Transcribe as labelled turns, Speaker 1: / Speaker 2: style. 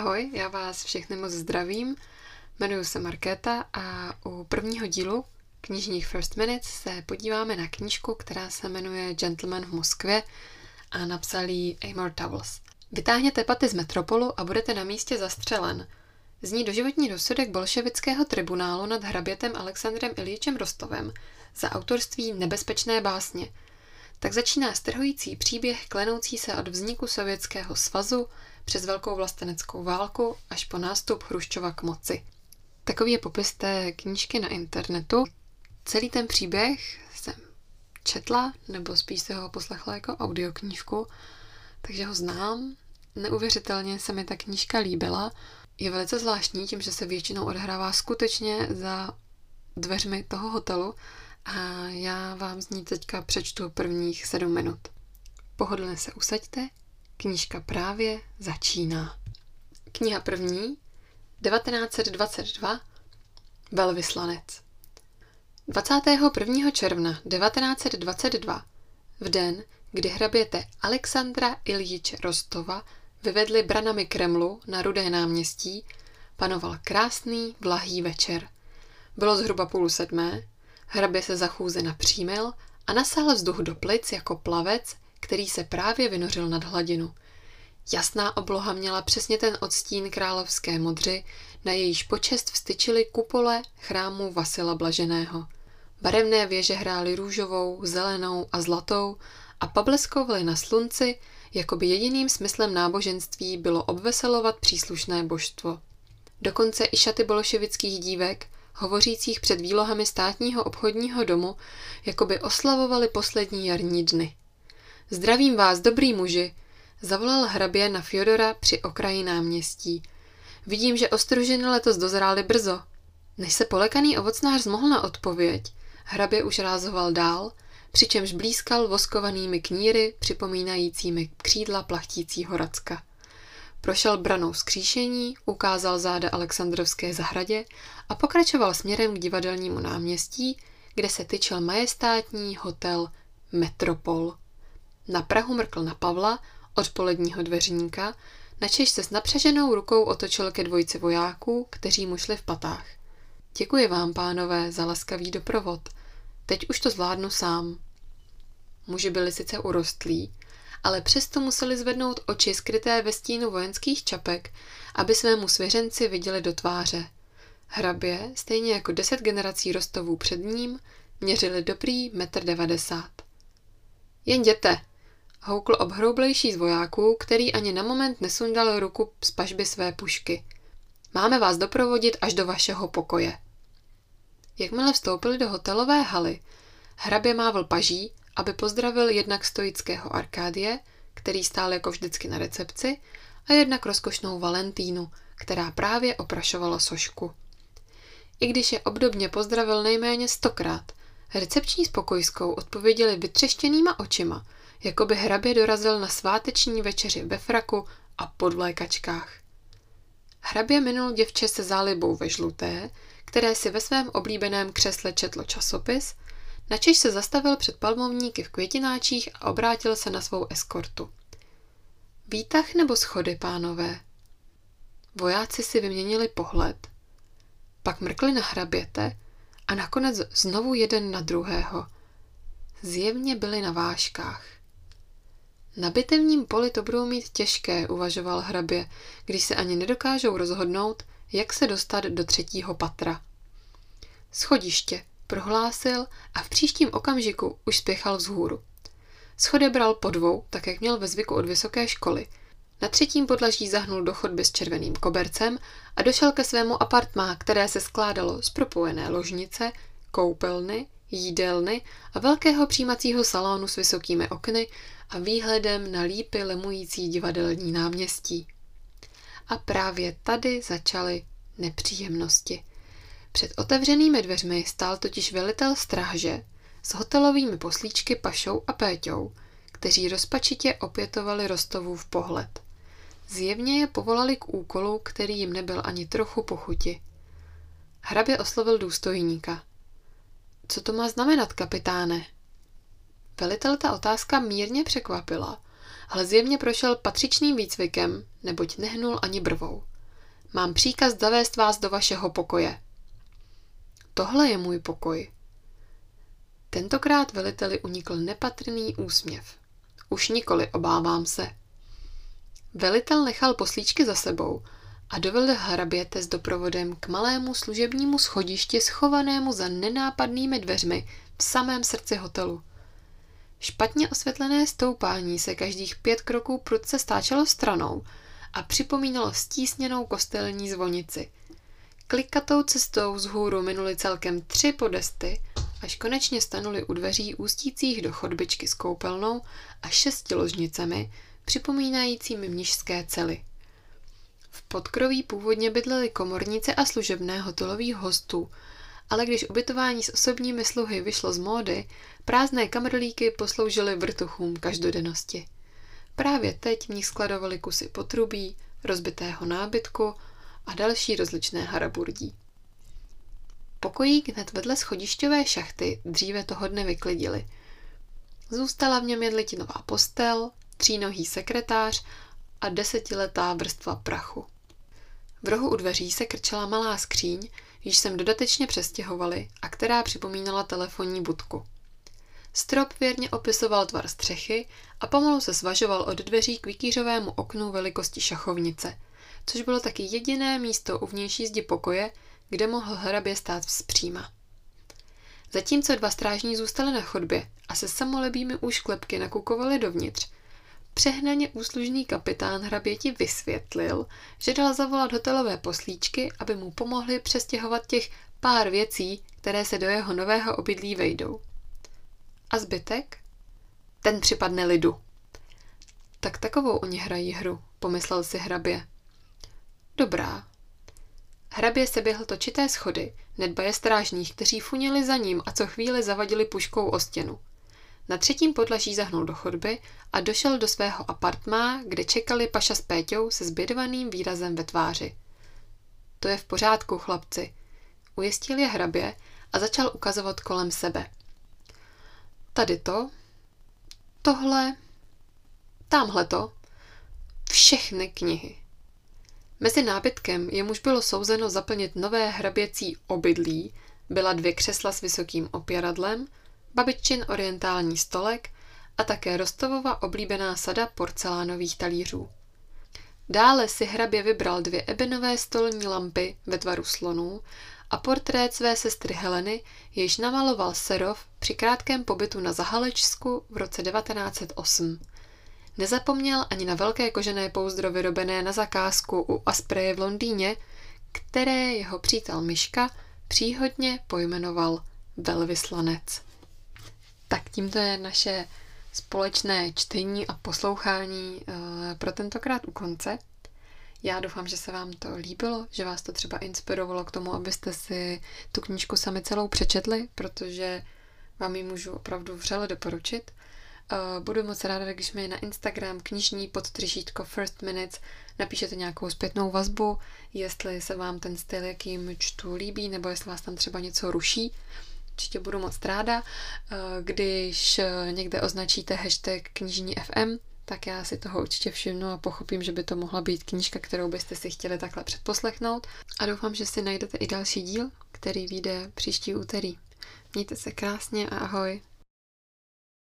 Speaker 1: Ahoj, já vás všechny moc zdravím. Jmenuji se Markéta a u prvního dílu knižních First Minutes se podíváme na knížku, která se jmenuje Gentleman v Moskvě a napsal ji Amor Towles. Vytáhněte paty z Metropolu a budete na místě zastřelen. Zní doživotní rozsudek bolševického tribunálu nad hrabětem Alexandrem Iljičem Rostovem za autorství nebezpečné básně. Tak začíná strhující příběh klenoucí se od vzniku Sovětského svazu přes velkou vlasteneckou válku až po nástup Chruščova k moci. Takový je popis té knížky na internetu. Celý ten příběh jsem četla, nebo spíš se ho poslechla jako audioknížku, takže ho znám. Neuvěřitelně se mi ta knížka líbila. Je velice zvláštní tím, že se většinou odehrává skutečně za dveřmi toho hotelu a já vám z ní teďka přečtu prvních 7 minut. Pohodlně se usaďte, knížka právě začíná. Kniha první, 1922, Velvyslanec. 21. června 1922, v den, kdy hraběte Alexandra Iljiče Rostova vyvedli branami Kremlu na Rudé náměstí, panoval krásný, vlahý večer. Bylo zhruba 6:30, hrabě se za chůze napřímil a nasál vzduch do plic jako plavec, který se právě vynořil nad hladinu. Jasná obloha měla přesně ten odstín královské modři, na jejíž počest vstyčily kupole chrámu Vasila Blaženého. Barevné věže hrály růžovou, zelenou a zlatou a pobleskovaly na slunci, jakoby jediným smyslem náboženství bylo obveselovat příslušné božstvo. Dokonce i šaty bolševických dívek, hovořících před výlohami státního obchodního domu, jakoby oslavovaly poslední jarní dny. Zdravím vás, dobrý muži, zavolal hrabě na Fjodora při okraji náměstí. Vidím, že ostružiny letos dozrály brzo. Než se polekaný ovocnář zmohl na odpověď, hrabě už rázoval dál, přičemž blízkal voskovanými kníry, připomínajícími křídla plachtícího racka. Prošel branou skříšení, ukázal záda Alexandrovské zahradě a pokračoval směrem k divadelnímu náměstí, kde se tyčil majestátní hotel Metropol. Na prahu mrkl na Pavla, odpoledního dveřníka, načež se s napřaženou rukou otočil ke dvojici vojáků, kteří mu šli v patách. Děkuji vám, pánové, za laskavý doprovod. Teď už to zvládnu sám. Muži byli sice urostlí, ale přesto museli zvednout oči skryté ve stínu vojenských čapek, aby svému svěřenci viděli do tváře. Hrabě, stejně jako 10 generací Rostovů před ním, měřili dobrý 1,90 m. Jen jděte, houkl obhroublejší z vojáků, který ani na moment nesundal ruku z pažby své pušky. Máme vás doprovodit až do vašeho pokoje. Jakmile vstoupili do hotelové haly, hrabě mávl paží, aby pozdravil jednak stoického Arkádie, který stál jako vždycky na recepci, a jednak rozkošnou Valentínu, která právě oprašovala sošku. I když je obdobně pozdravil nejméně 100krát, recepční s pokojskou odpověděli vytřeštěnýma očima, jako by hrabě dorazil na sváteční večeři ve fraku a podvlékačkách. Hrabě minul děvče se zálibou ve žluté, které si ve svém oblíbeném křesle četlo časopis, načež se zastavil před palmovníky v květináčích a obrátil se na svou eskortu. Výtah nebo schody, pánové? Vojáci si vyměnili pohled, pak mrkli na hraběte a nakonec znovu jeden na druhého. Zjevně byli na vážkách. Na bitevním poli to budou mít těžké, uvažoval hrabě, když se ani nedokážou rozhodnout, jak se dostat do 3. patra. Schodiště, prohlásil a v příštím okamžiku už spěchal vzhůru. Schody bral po 2, tak jak měl ve zvyku od vysoké školy. Na 3. podlaží zahnul do chodby s červeným kobercem a došel ke svému apartmá, které se skládalo z propojené ložnice, koupelny, jídelny a velkého přijímacího salonu s vysokými okny a výhledem na lípy lemující divadelní náměstí. A právě tady začaly nepříjemnosti. Před otevřenými dveřmi stál totiž velitel stráže s hotelovými poslíčky Pašou a Péťou, kteří rozpačitě opětovali Rostovův pohled. Zjevně je povolali k úkolu, který jim nebyl ani trochu po chuti. Hrabě oslovil důstojníka. Co to má znamenat, kapitáne? Velitel ta otázka mírně překvapila, ale zjevně prošel patřičným výcvikem, neboť nehnul ani brvou. Mám příkaz zavést vás do vašeho pokoje. Tohle je můj pokoj. Tentokrát veliteli unikl nepatrný úsměv. Už nikoli, obávám se. Velitel nechal poslíčky za sebou a dovedl hraběte s doprovodem k malému služebnímu schodišti schovanému za nenápadnými dveřmi v samém srdci hotelu. Špatně osvětlené stoupání se každých 5 kroků prudce stáčelo stranou a připomínalo stísněnou kostelní zvonici. Klikatou cestou vzhůru minuli celkem 3 podesty, až konečně stanuli u dveří ústících do chodbičky s koupelnou a 6 ložnicemi, připomínajícími mnišské cely. V podkroví původně bydleli komorníci a služebné hotelových hostů, ale když ubytování s osobními sluhy vyšlo z módy, prázdné kamrlíky posloužily vrtuchům každodennosti. Právě teď v nich skladovali kusy potrubí, rozbitého nábytku a další rozličné haraburdí. Pokojík hned vedle schodišťové šachty dříve toho dne vyklidili. Zůstala v něm jedlitinová postel, 3nohý sekretář a 10letá vrstva prachu. V rohu u dveří se krčela malá skříň, již sem dodatečně přestěhovali a která připomínala telefonní budku. Strop věrně opisoval tvar střechy a pomalu se svažoval od dveří k vikýřovému oknu velikosti šachovnice, což bylo taky jediné místo u vnější zdi pokoje, kde mohl hrabě stát vzpříma. Zatímco 2 strážní zůstali na chodbě a se samolibými úšklepky nakukovali dovnitř, přehnaně úslužný kapitán hraběti vysvětlil, že dal zavolat hotelové poslíčky, aby mu pomohli přestěhovat těch pár věcí, které se do jeho nového obydlí vejdou. A zbytek? Ten připadne lidu. Tak takovou oni hrají hru, pomyslel si hrabě. Dobrá. Hrabě se běhl točité schody, nedbaje strážních, kteří funili za ním a co chvíli zavadili puškou o stěnu. Na 3. podlaží zahnul do chodby a došel do svého apartmá, kde čekali Paša s Péťou se zbědovaným výrazem ve tváři. To je v pořádku, chlapci, ujistil je hrabě a začal ukazovat kolem sebe. Tady to, tohle, támhleto, všechny knihy. Mezi nábytkem, jemuž bylo souzeno zaplnit nové hraběcí obydlí, byla 2 křesla s vysokým opěradlem, babiččin orientální stolek a také Rostovova oblíbená sada porcelánových talířů. Dále si hrabě vybral 2 ebenové stolní lampy ve tvaru slonů a portrét své sestry Heleny, jež namaloval Serov při krátkém pobytu na Zahalečsku v roce 1908. Nezapomněl ani na velké kožené pouzdro vyrobené na zakázku u Aspreje v Londýně, které jeho přítel Miška příhodně pojmenoval Velvyslanec. Tak tímto je naše společné čtení a poslouchání pro tentokrát u konce. Já doufám, že se vám to líbilo, že vás to třeba inspirovalo k tomu, abyste si tu knížku sami celou přečetli, protože vám ji můžu opravdu vřele doporučit. Budu moc ráda, když mi na Instagram knižní_First Minutes napíšete nějakou zpětnou vazbu, jestli se vám ten styl, jakým čtu, líbí, nebo jestli vás tam třeba něco ruší. Určitě budu moc ráda. Když někde označíte hashtag knižní FM, tak já si toho určitě všimnu a pochopím, že by to mohla být knížka, kterou byste si chtěli takhle předposlechnout. A doufám, že si najdete i další díl, který vyjde příští úterý. Mějte se krásně a ahoj.